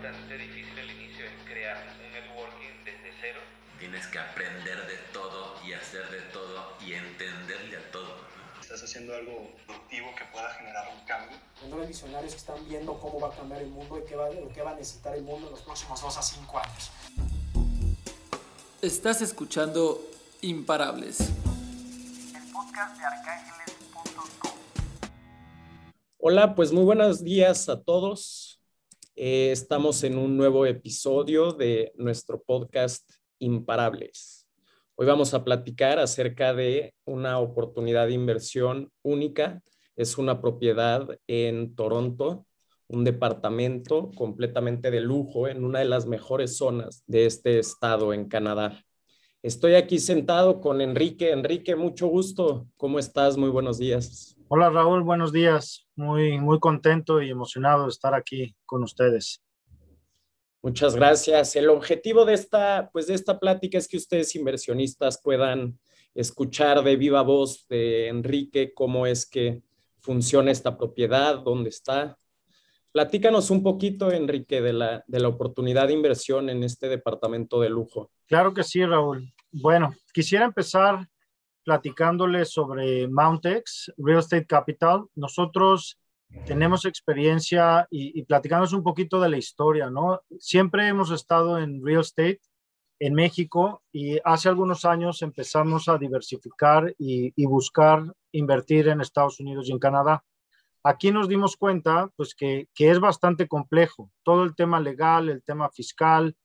bastante difícil al inicio, es crear un networking desde cero. Tienes que aprender de todo y hacer de todo y entenderle a todo. Estás haciendo algo productivo que pueda generar un cambio. Los visionarios que están viendo cómo va a cambiar el mundo y qué va a necesitar el mundo en los próximos 2 a 5 años. Estás escuchando Imparables, El podcast de arcángeles.com. Hola, pues muy buenos días a todos. Estamos en un nuevo episodio de nuestro podcast Imparables. Hoy vamos a platicar acerca de una oportunidad de inversión única. Es una propiedad en Toronto, un departamento completamente de lujo en una de las mejores zonas de este estado en Canadá. Estoy aquí sentado con Enrique. Enrique, mucho gusto. ¿Cómo estás? Muy buenos días. Hola Raúl, buenos días. Muy contento y emocionado de estar aquí con ustedes. Muchas gracias. El objetivo de esta plática es que ustedes inversionistas puedan escuchar de viva voz de Enrique cómo es que funciona esta propiedad, dónde está. Platícanos un poquito, Enrique, de la oportunidad de inversión en este departamento de lujo. Claro que sí, Raúl. Bueno, quisiera empezar platicándoles sobre Mountex Real Estate Capital. Nosotros tenemos experiencia y platicándonos un poquito de la historia, ¿no? Siempre hemos estado en real estate en México y hace algunos años empezamos a diversificar y buscar invertir en Estados Unidos y en Canadá. Aquí nos dimos cuenta pues, que es bastante complejo. Todo el tema legal, el tema fiscal,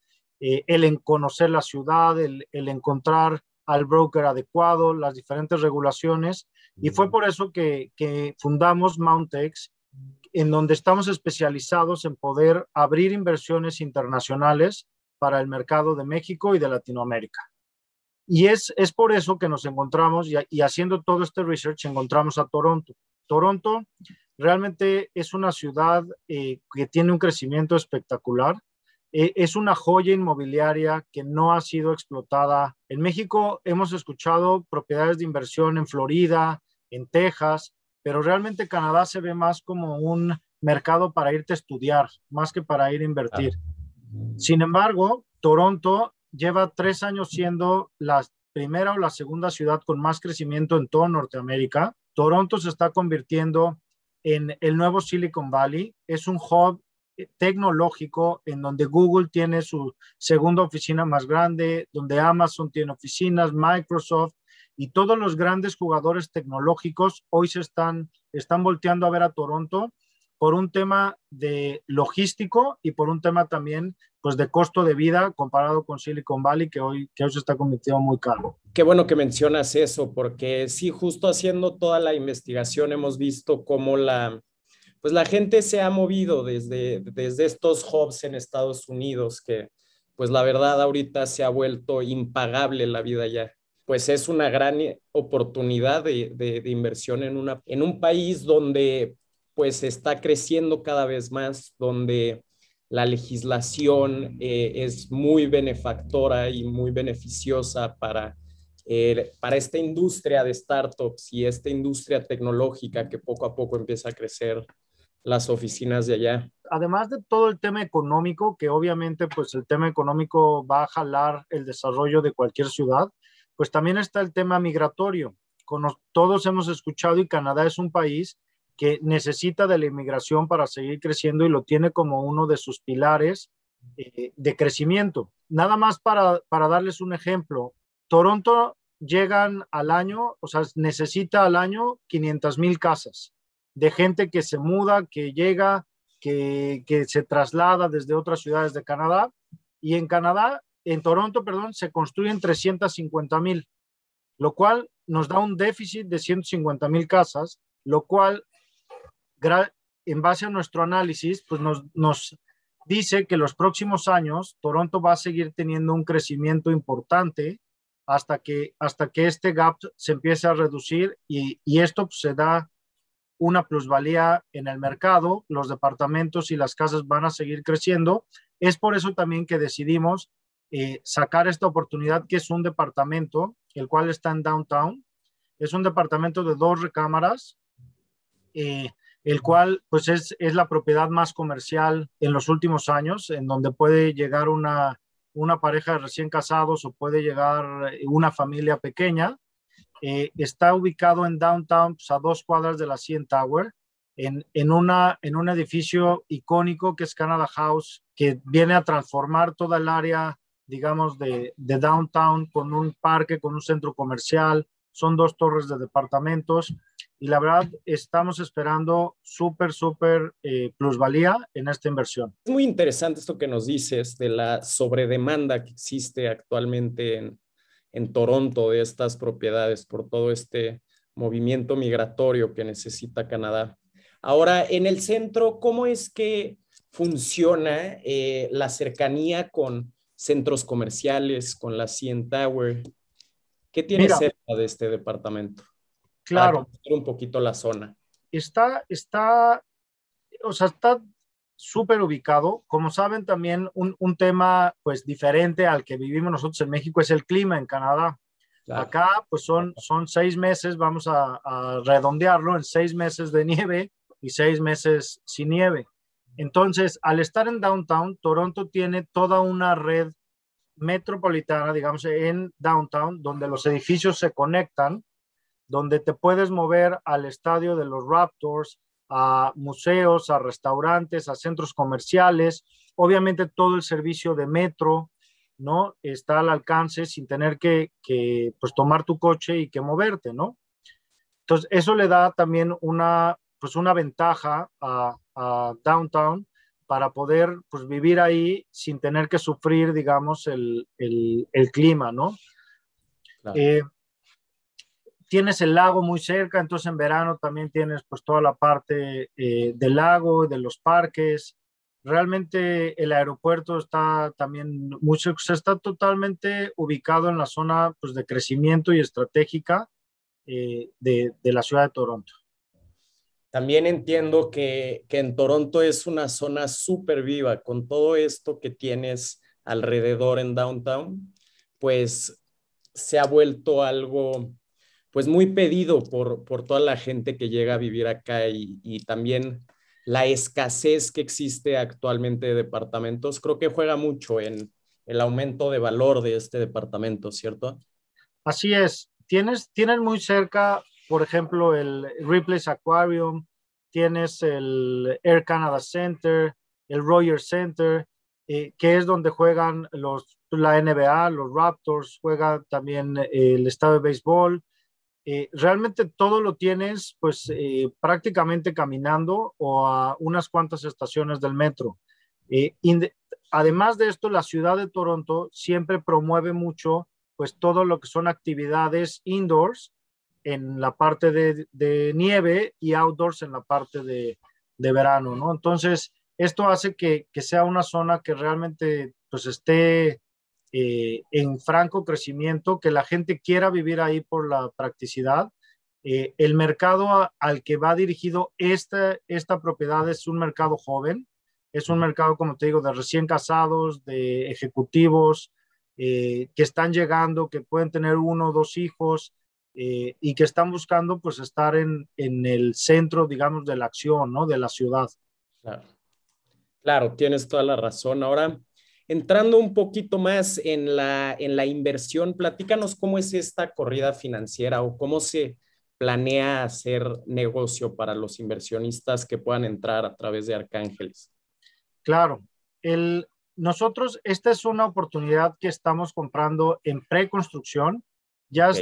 el conocer la ciudad, el encontrar al broker adecuado, las diferentes regulaciones. Y fue por eso que fundamos Mountex, en donde estamos especializados en poder abrir inversiones internacionales para el mercado de México y de Latinoamérica. Y es por eso que nos encontramos, y haciendo todo este research, encontramos a Toronto. Toronto realmente es una ciudad que tiene un crecimiento espectacular. Es una joya inmobiliaria que no ha sido explotada. En México hemos escuchado propiedades de inversión en Florida, en Texas, pero realmente Canadá se ve más como un mercado para irte a estudiar, más que para ir a invertir. Sin embargo, Toronto lleva 3 años siendo la primera o la segunda ciudad con más crecimiento en toda Norteamérica. Toronto se está convirtiendo en el nuevo Silicon Valley. Es un hub tecnológico en donde Google tiene su segunda oficina más grande, donde Amazon tiene oficinas, Microsoft y todos los grandes jugadores tecnológicos hoy están volteando a ver a Toronto por un tema de logístico y por un tema también pues, de costo de vida comparado con Silicon Valley, que hoy se está convirtiendo muy caro. Qué bueno que mencionas eso, porque sí, justo haciendo toda la investigación hemos visto cómo la gente se ha movido desde estos hubs en Estados Unidos, que pues la verdad ahorita se ha vuelto impagable la vida ya. Pues es una gran oportunidad de inversión en un país donde pues está creciendo cada vez más, donde la legislación es muy benefactora y muy beneficiosa para esta industria de startups y esta industria tecnológica que poco a poco empieza a crecer las oficinas de allá. Además de todo el tema económico, que obviamente pues el tema económico va a jalar el desarrollo de cualquier ciudad, pues también está el tema migratorio. Todos hemos escuchado y Canadá es un país que necesita de la inmigración para seguir creciendo y lo tiene como uno de sus pilares de crecimiento. Nada más para darles un ejemplo, Toronto llegan al año, o sea, necesita al año 500,000 casas de gente que se muda, que llega, que se traslada desde otras ciudades de Canadá. Y en Toronto, se construyen 350,000, lo cual nos da un déficit de 150,000 casas, lo cual, en base a nuestro análisis, pues nos dice que los próximos años Toronto va a seguir teniendo un crecimiento importante hasta que este gap se empiece a reducir y esto pues, se da una plusvalía en el mercado, los departamentos y las casas van a seguir creciendo. Es por eso también que decidimos sacar esta oportunidad, que es un departamento, el cual está en Downtown. Es un departamento de 2 recámaras. el cual pues es la propiedad más comercial en los últimos años, en donde puede llegar una pareja de recién casados o puede llegar una familia pequeña. Está ubicado en downtown, pues, a 2 cuadras de la CN Tower, en un edificio icónico que es Canada House, que viene a transformar toda el área, digamos, de downtown, con un parque, con un centro comercial. Son 2 torres de departamentos y la verdad estamos esperando súper plusvalía en esta inversión. Es muy interesante esto que nos dices de la sobredemanda que existe actualmente en Toronto de estas propiedades por todo este movimiento migratorio que necesita Canadá. Ahora, en el centro, ¿cómo es que funciona la cercanía con centros comerciales, con la CN Tower? ¿Qué tiene cerca de este departamento? Claro. Para conocer un poquito la zona. Está súper ubicado. Como saben, también un tema pues diferente al que vivimos nosotros en México es el clima en Canadá. Claro. Acá pues son 6 meses, vamos a redondearlo en 6 meses de nieve y 6 meses sin nieve. Entonces, al estar en downtown, Toronto tiene toda una red metropolitana, digamos, en downtown, donde los edificios se conectan, donde te puedes mover al estadio de los Raptors, a museos, a restaurantes, a centros comerciales. Obviamente todo el servicio de metro, ¿no? Está al alcance sin tener que pues, tomar tu coche y que moverte, ¿no? Entonces, eso le da también una ventaja a downtown para poder pues, vivir ahí sin tener que sufrir, digamos, el clima, ¿no? Claro. Tienes el lago muy cerca, entonces en verano también tienes pues toda la parte del lago, de los parques. Realmente el aeropuerto está también está totalmente ubicado en la zona pues, de crecimiento y estratégica de la ciudad de Toronto. También entiendo que en Toronto es una zona súper viva, con todo esto que tienes alrededor en downtown, pues se ha vuelto algo pues muy pedido por toda la gente que llega a vivir acá y también la escasez que existe actualmente de departamentos, creo que juega mucho en el aumento de valor de este departamento, ¿cierto? Así es. Tienes muy cerca, por ejemplo, el Ripley's Aquarium, tienes el Air Canada Center, el Rogers Center, que es donde juegan la NBA, los Raptors, juega también el estadio de béisbol. Realmente todo lo tienes pues prácticamente caminando o a unas cuantas estaciones del metro. Además de esto, la ciudad de Toronto siempre promueve mucho pues todo lo que son actividades indoors en la parte de nieve y outdoors en la parte de verano, ¿no? Entonces, esto hace que sea una zona que realmente pues esté en franco crecimiento, que la gente quiera vivir ahí por la practicidad. El mercado al que va dirigido esta propiedad es un mercado joven, es un mercado, como te digo, de recién casados, de ejecutivos que están llegando, que pueden tener 1 o 2 hijos y que están buscando pues estar en el centro, digamos, de la acción, ¿no? De la ciudad. Claro, tienes toda la razón. Ahora, entrando un poquito más en la inversión, platícanos cómo es esta corrida financiera o cómo se planea hacer negocio para los inversionistas que puedan entrar a través de Arcángeles. Claro, nosotros, esta es una oportunidad que estamos comprando en preconstrucción. Se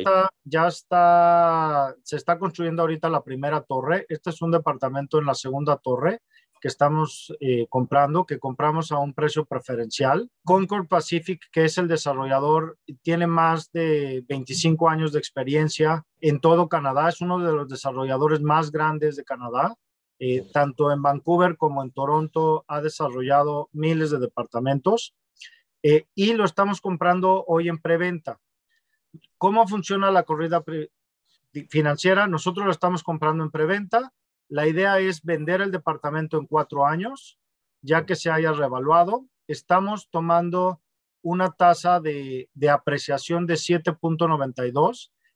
está construyendo ahorita la primera torre. Este es un departamento en la segunda torre que estamos comprando, que compramos a un precio preferencial. Concord Pacific, que es el desarrollador, tiene más de 25 años de experiencia en todo Canadá. Es uno de los desarrolladores más grandes de Canadá. Tanto en Vancouver como en Toronto ha desarrollado miles de departamentos y lo estamos comprando hoy en preventa. ¿Cómo funciona la corrida financiera? Nosotros lo estamos comprando en preventa. La idea es vender el departamento en 4 años, ya que se haya revaluado. Estamos tomando una tasa de apreciación de 7.92.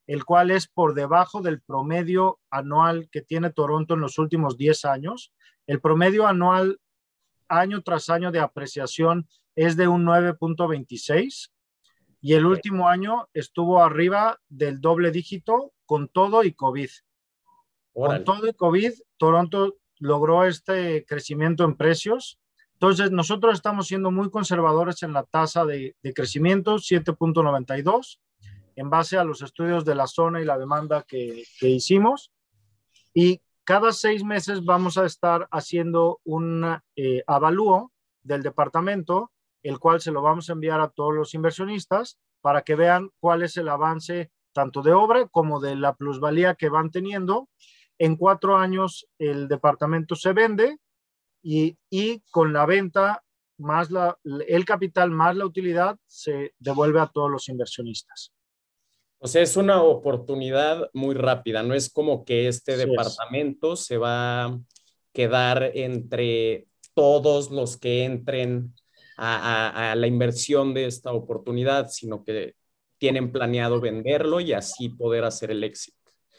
el cual es por debajo del promedio anual que tiene Toronto en los últimos 10 años. El promedio anual, año tras año de apreciación, es de un 9.26 y el último año estuvo arriba del doble dígito con todo y COVID. Órale. Con todo y COVID, Toronto logró este crecimiento en precios. Entonces, nosotros estamos siendo muy conservadores en la tasa de crecimiento, 7.92, en base a los estudios de la zona y la demanda que hicimos. Y cada 6 meses vamos a estar haciendo un avalúo del departamento, el cual se lo vamos a enviar a todos los inversionistas para que vean cuál es el avance tanto de obra como de la plusvalía que van teniendo. En 4 años el departamento se vende y con la venta más el capital más la utilidad se devuelve a todos los inversionistas. O sea, es una oportunidad muy rápida, no es como que este departamento se va a quedar entre todos los que entren a la inversión de esta oportunidad, sino que tienen planeado venderlo y así poder hacer el éxito.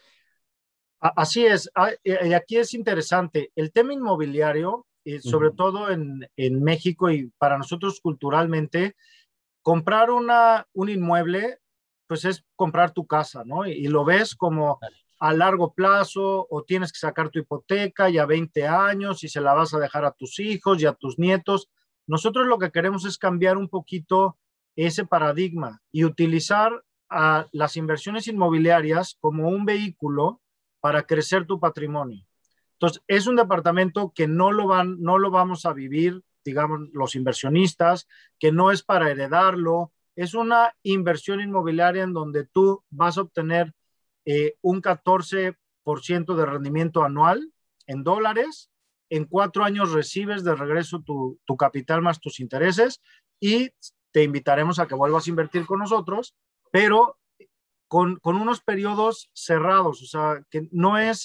Así es, y aquí es interesante, el tema inmobiliario, sobre todo en México y para nosotros culturalmente, comprar un inmueble, pues es comprar tu casa, ¿no? Y lo ves como a largo plazo o tienes que sacar tu hipoteca ya 20 años y se la vas a dejar a tus hijos y a tus nietos. Nosotros lo que queremos es cambiar un poquito ese paradigma y utilizar a las inversiones inmobiliarias como un vehículo para crecer tu patrimonio. Entonces, es un departamento que no lo vamos a vivir, digamos, los inversionistas, que no es para heredarlo, es una inversión inmobiliaria en donde tú vas a obtener un 14% de rendimiento anual en dólares, en 4 años recibes de regreso tu capital más tus intereses y te invitaremos a que vuelvas a invertir con nosotros, pero con unos periodos cerrados, o sea, que no es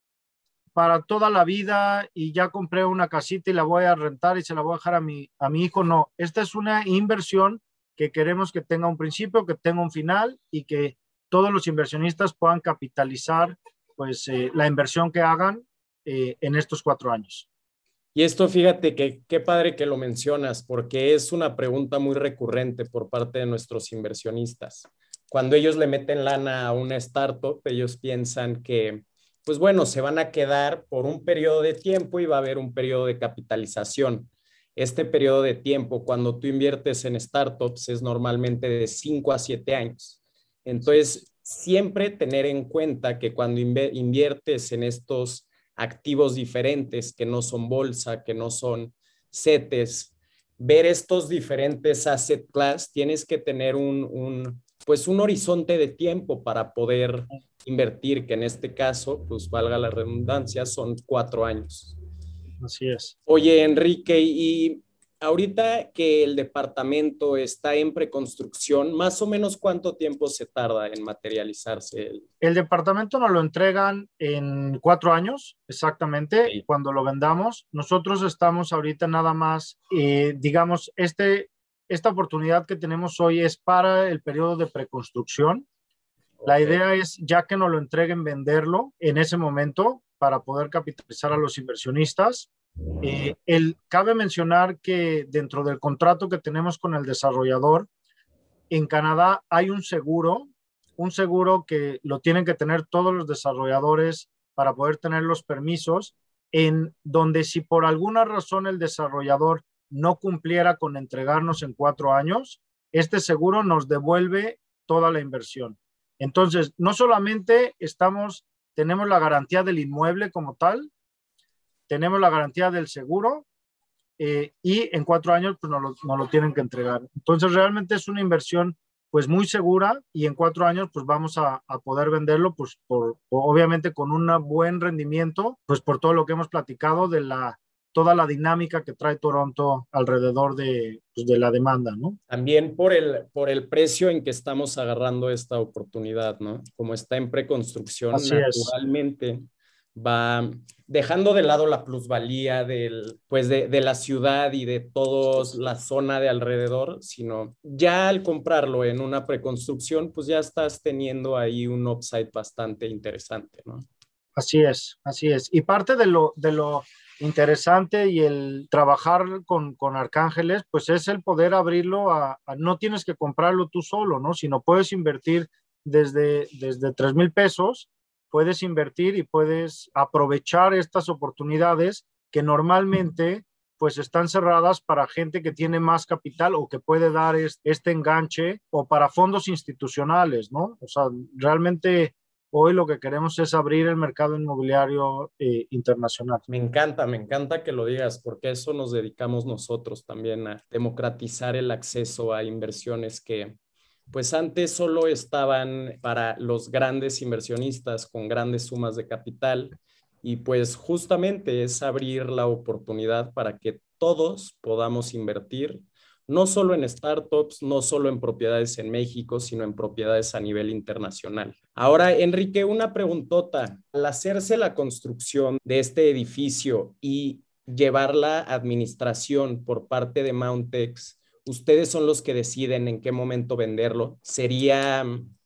para toda la vida y ya compré una casita y la voy a rentar y se la voy a dejar a mi hijo, no. Esta es una inversión que queremos que tenga un principio, que tenga un final y que todos los inversionistas puedan capitalizar pues, la inversión que hagan en estos 4 años. Y esto, fíjate que qué padre que lo mencionas, porque es una pregunta muy recurrente por parte de nuestros inversionistas. Cuando ellos le meten lana a una startup, ellos piensan que, pues bueno, se van a quedar por un periodo de tiempo y va a haber un periodo de capitalización. Este periodo de tiempo, cuando tú inviertes en startups, es normalmente de 5 a 7 años. Entonces, siempre tener en cuenta que cuando inviertes en estos activos diferentes, que no son bolsa, que no son CETES, ver estos diferentes asset class, tienes que tener pues un horizonte de tiempo para poder invertir, que en este caso, pues valga la redundancia, son 4 años. Así es. Oye, Enrique, y ahorita que el departamento está en preconstrucción, ¿más o menos cuánto tiempo se tarda en materializarse? El departamento nos lo entregan en 4 años, exactamente, Sí. Cuando lo vendamos. Nosotros estamos ahorita nada más, digamos, esta oportunidad que tenemos hoy es para el periodo de preconstrucción. La idea es, ya que nos lo entreguen, venderlo en ese momento para poder capitalizar a los inversionistas. Cabe mencionar que dentro del contrato que tenemos con el desarrollador, en Canadá hay un seguro que lo tienen que tener todos los desarrolladores para poder tener los permisos, en donde si por alguna razón el desarrollador no cumpliera con entregarnos en 4 años, este seguro nos devuelve toda la inversión. Entonces, no solamente tenemos la garantía del inmueble como tal, tenemos la garantía del seguro y en 4 años pues, nos lo tienen que entregar. Entonces, realmente es una inversión pues muy segura y en 4 años pues vamos a poder venderlo pues obviamente con un buen rendimiento, pues por todo lo que hemos platicado de toda la dinámica que trae Toronto alrededor de la demanda, ¿no? También por el precio en que estamos agarrando esta oportunidad, ¿no? Como está en preconstrucción, Así naturalmente, va dejando de lado la plusvalía pues de la ciudad y de toda la zona de alrededor, sino ya al comprarlo en una preconstrucción, pues ya estás teniendo ahí un upside bastante interesante, ¿no? Así es, así es. Y parte de lo interesante y el trabajar con Arcángeles, pues es el poder abrirlo no tienes que comprarlo tú solo, ¿no? Sino puedes invertir desde 3,000 pesos, puedes invertir y puedes aprovechar estas oportunidades que normalmente pues están cerradas para gente que tiene más capital o que puede dar este enganche, o para fondos institucionales, ¿no? O sea, realmente hoy lo que queremos es abrir el mercado inmobiliario internacional. Me encanta que lo digas, porque a eso nos dedicamos nosotros también, a democratizar el acceso a inversiones que pues antes solo estaban para los grandes inversionistas con grandes sumas de capital, y pues justamente es abrir la oportunidad para que todos podamos invertir, no solo en startups, no solo en propiedades en México, sino en propiedades a nivel internacional. Ahora, Enrique, una preguntota. Al hacerse la construcción de este edificio y llevar la administración por parte de Mountex, ¿ustedes son los que deciden en qué momento venderlo? ¿Sería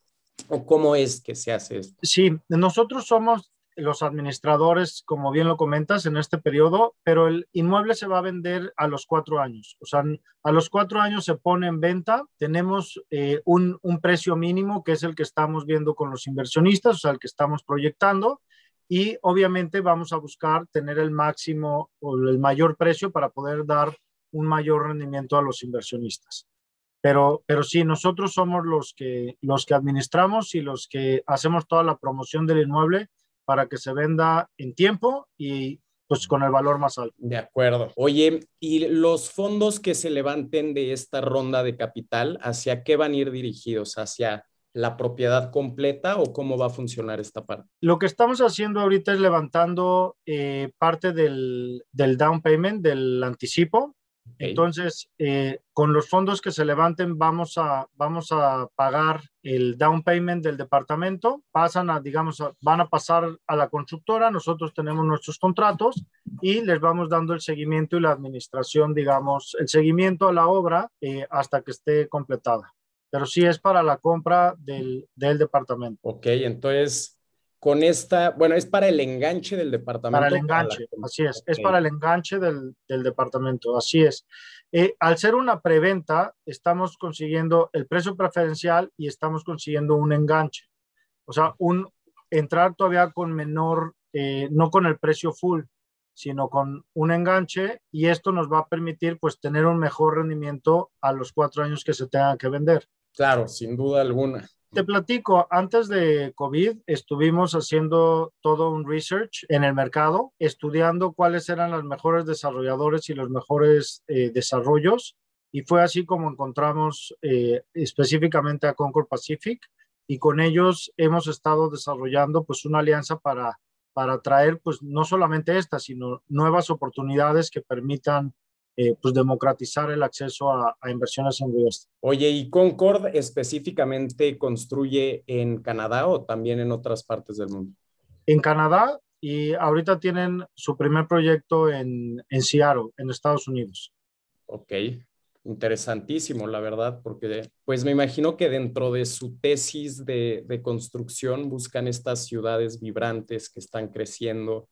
o cómo es que se hace esto? Sí, nosotros somos los administradores, como bien lo comentas, en este periodo, pero el inmueble se va a vender a los 4 años. O sea, a los 4 años se pone en venta. Tenemos un precio mínimo, que es el que estamos viendo con los inversionistas, o sea, el que estamos proyectando, y obviamente vamos a buscar tener el máximo o el mayor precio para poder dar un mayor rendimiento a los inversionistas. Pero sí, nosotros somos los que administramos y los que hacemos toda la promoción del inmueble para que se venda en tiempo y pues con el valor más alto. De acuerdo. Oye, ¿y los fondos que se levanten de esta ronda de capital, hacia qué van a ir dirigidos? ¿Hacia la propiedad completa o cómo va a funcionar esta parte? Lo que estamos haciendo ahorita es levantando parte del down payment, del anticipo. Okay. Entonces, con los fondos que se levanten vamos a pagar el down payment del departamento, van a pasar a la constructora, nosotros tenemos nuestros contratos y les vamos dando el seguimiento y la administración, el seguimiento a la obra hasta que esté completada. Pero sí es para la compra del departamento. Ok, entonces con esta, bueno, es para el enganche del departamento. Para el enganche, así es. Okay. Es para el enganche del departamento, así es. Al ser una preventa, estamos consiguiendo el precio preferencial y estamos consiguiendo un enganche. O sea, entrar todavía con menor, no con el precio full, sino con un enganche, y esto nos va a permitir pues tener un mejor rendimiento a los 4 años que se tengan que vender. Claro, sin duda alguna. Te platico, antes de COVID estuvimos haciendo todo un research en el mercado, estudiando cuáles eran los mejores desarrolladores y los mejores desarrollos, y fue así como encontramos específicamente a Concord Pacific, y con ellos hemos estado desarrollando pues una alianza para traer pues no solamente esta, sino nuevas oportunidades que permitan pues democratizar el acceso a inversiones en real estate. Oye, ¿y Concord específicamente construye en Canadá o también en otras partes del mundo? En Canadá, y ahorita tienen su primer proyecto en Seattle, en Estados Unidos. Ok, interesantísimo, la verdad, porque pues me imagino que dentro de su tesis de construcción buscan estas ciudades vibrantes que están creciendo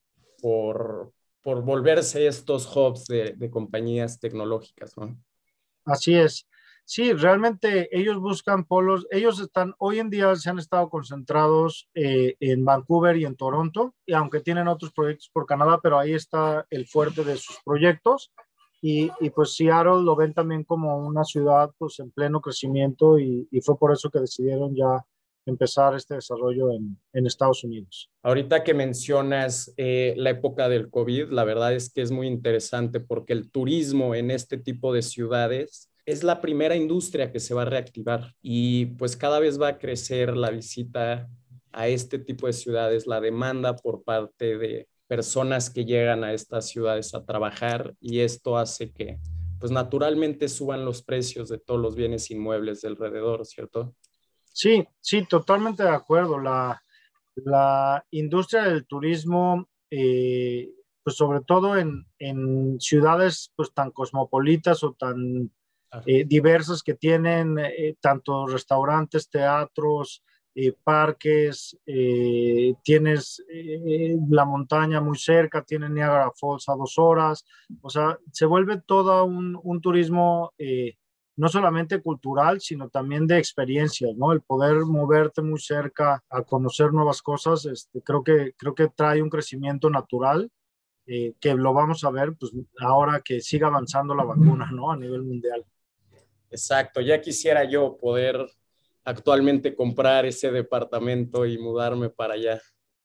por volverse estos hubs de compañías tecnológicas, ¿no? Así es. Sí, realmente ellos buscan polos. Hoy en día se han estado concentrados en Vancouver y en Toronto, y aunque tienen otros proyectos por Canadá, pero ahí está el fuerte de sus proyectos. Y pues Seattle lo ven también como una ciudad pues en pleno crecimiento, y fue por eso que decidieron ya empezar este desarrollo en Estados Unidos. Ahorita que mencionas la época del COVID, la verdad es que es muy interesante porque el turismo en este tipo de ciudades es la primera industria que se va a reactivar, y pues cada vez va a crecer la visita a este tipo de ciudades, la demanda por parte de personas que llegan a estas ciudades a trabajar, y esto hace que pues naturalmente suban los precios de todos los bienes inmuebles de alrededor, ¿cierto? Sí, totalmente de acuerdo. La industria del turismo, pues sobre todo en ciudades pues tan cosmopolitas o tan diversas que tienen tanto restaurantes, teatros, parques, tienes la montaña muy cerca, tienes Niagara Falls a 2 horas, o sea, se vuelve todo un turismo no solamente cultural, sino también de experiencias, ¿no? El poder moverte muy cerca a conocer nuevas cosas, creo que trae un crecimiento natural que lo vamos a ver pues ahora que siga avanzando la vacuna, ¿no? A nivel mundial. Exacto, ya quisiera yo poder actualmente comprar ese departamento y mudarme para allá.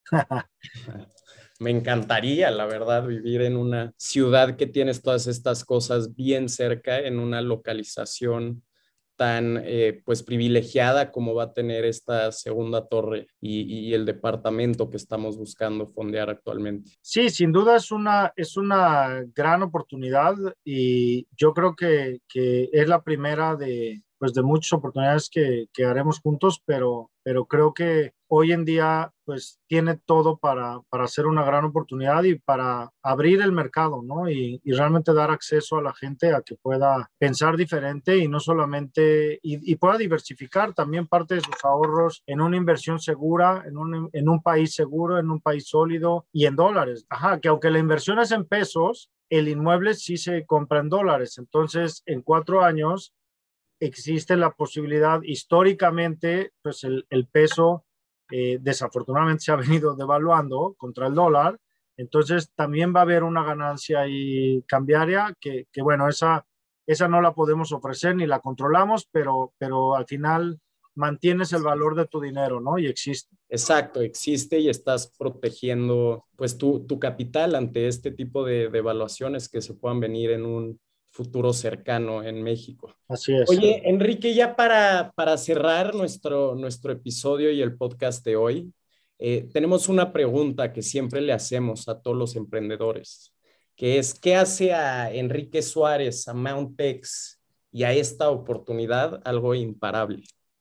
Me encantaría, la verdad, vivir en una ciudad que tienes todas estas cosas bien cerca, en una localización tan pues privilegiada como va a tener esta segunda torre y el departamento que estamos buscando fondear actualmente. Sí, sin duda es una gran oportunidad y yo creo que es la primera pues de muchas oportunidades que haremos juntos, pero creo que hoy en día pues tiene todo para ser una gran oportunidad y para abrir el mercado, ¿no? Y realmente dar acceso a la gente a que pueda pensar diferente y no solamente, y pueda diversificar también parte de sus ahorros en una inversión segura, en un país seguro, en un país sólido y en dólares. Ajá, que aunque la inversión es en pesos, el inmueble sí se compra en dólares. Entonces, en 4 años existe la posibilidad, históricamente, pues el peso desafortunadamente se ha venido devaluando contra el dólar, entonces también va a haber una ganancia ahí cambiaria que bueno, esa no la podemos ofrecer ni la controlamos, pero al final mantienes el valor de tu dinero, ¿no? Y existe. Exacto, existe y estás protegiendo pues tu capital ante este tipo de devaluaciones que se puedan venir en un futuro cercano en México. Así es. Oye, Enrique, ya para cerrar nuestro episodio y el podcast de hoy, tenemos una pregunta que siempre le hacemos a todos los emprendedores, que es, ¿qué hace a Enrique Suárez, a Mountex y a esta oportunidad algo imparable?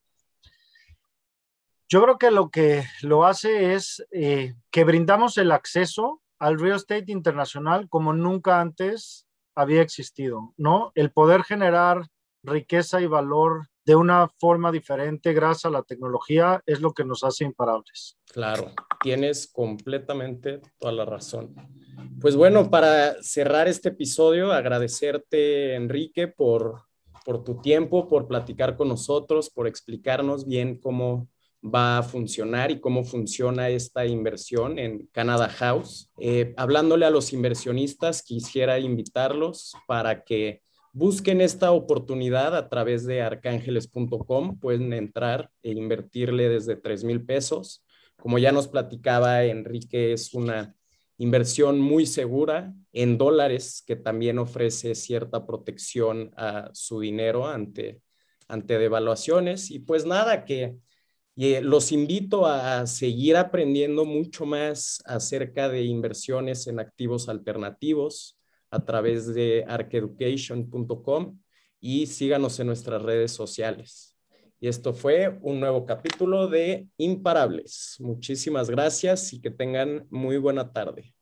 Yo creo que lo hace es que brindamos el acceso al real estate internacional como nunca antes había existido, ¿no? El poder generar riqueza y valor de una forma diferente gracias a la tecnología es lo que nos hace imparables. Claro, tienes completamente toda la razón. Pues bueno, para cerrar este episodio, agradecerte, Enrique, por tu tiempo, por platicar con nosotros, por explicarnos bien cómo va a funcionar y cómo funciona esta inversión en Canada House. Hablándole a los inversionistas, quisiera invitarlos para que busquen esta oportunidad a través de arcángeles.com. Pueden entrar e invertirle desde 3,000 pesos. Como ya nos platicaba Enrique, es una inversión muy segura en dólares que también ofrece cierta protección a su dinero ante devaluaciones. Y pues nada, los invito a seguir aprendiendo mucho más acerca de inversiones en activos alternativos a través de arceducation.com y síganos en nuestras redes sociales. Y esto fue un nuevo capítulo de Imparables. Muchísimas gracias y que tengan muy buena tarde.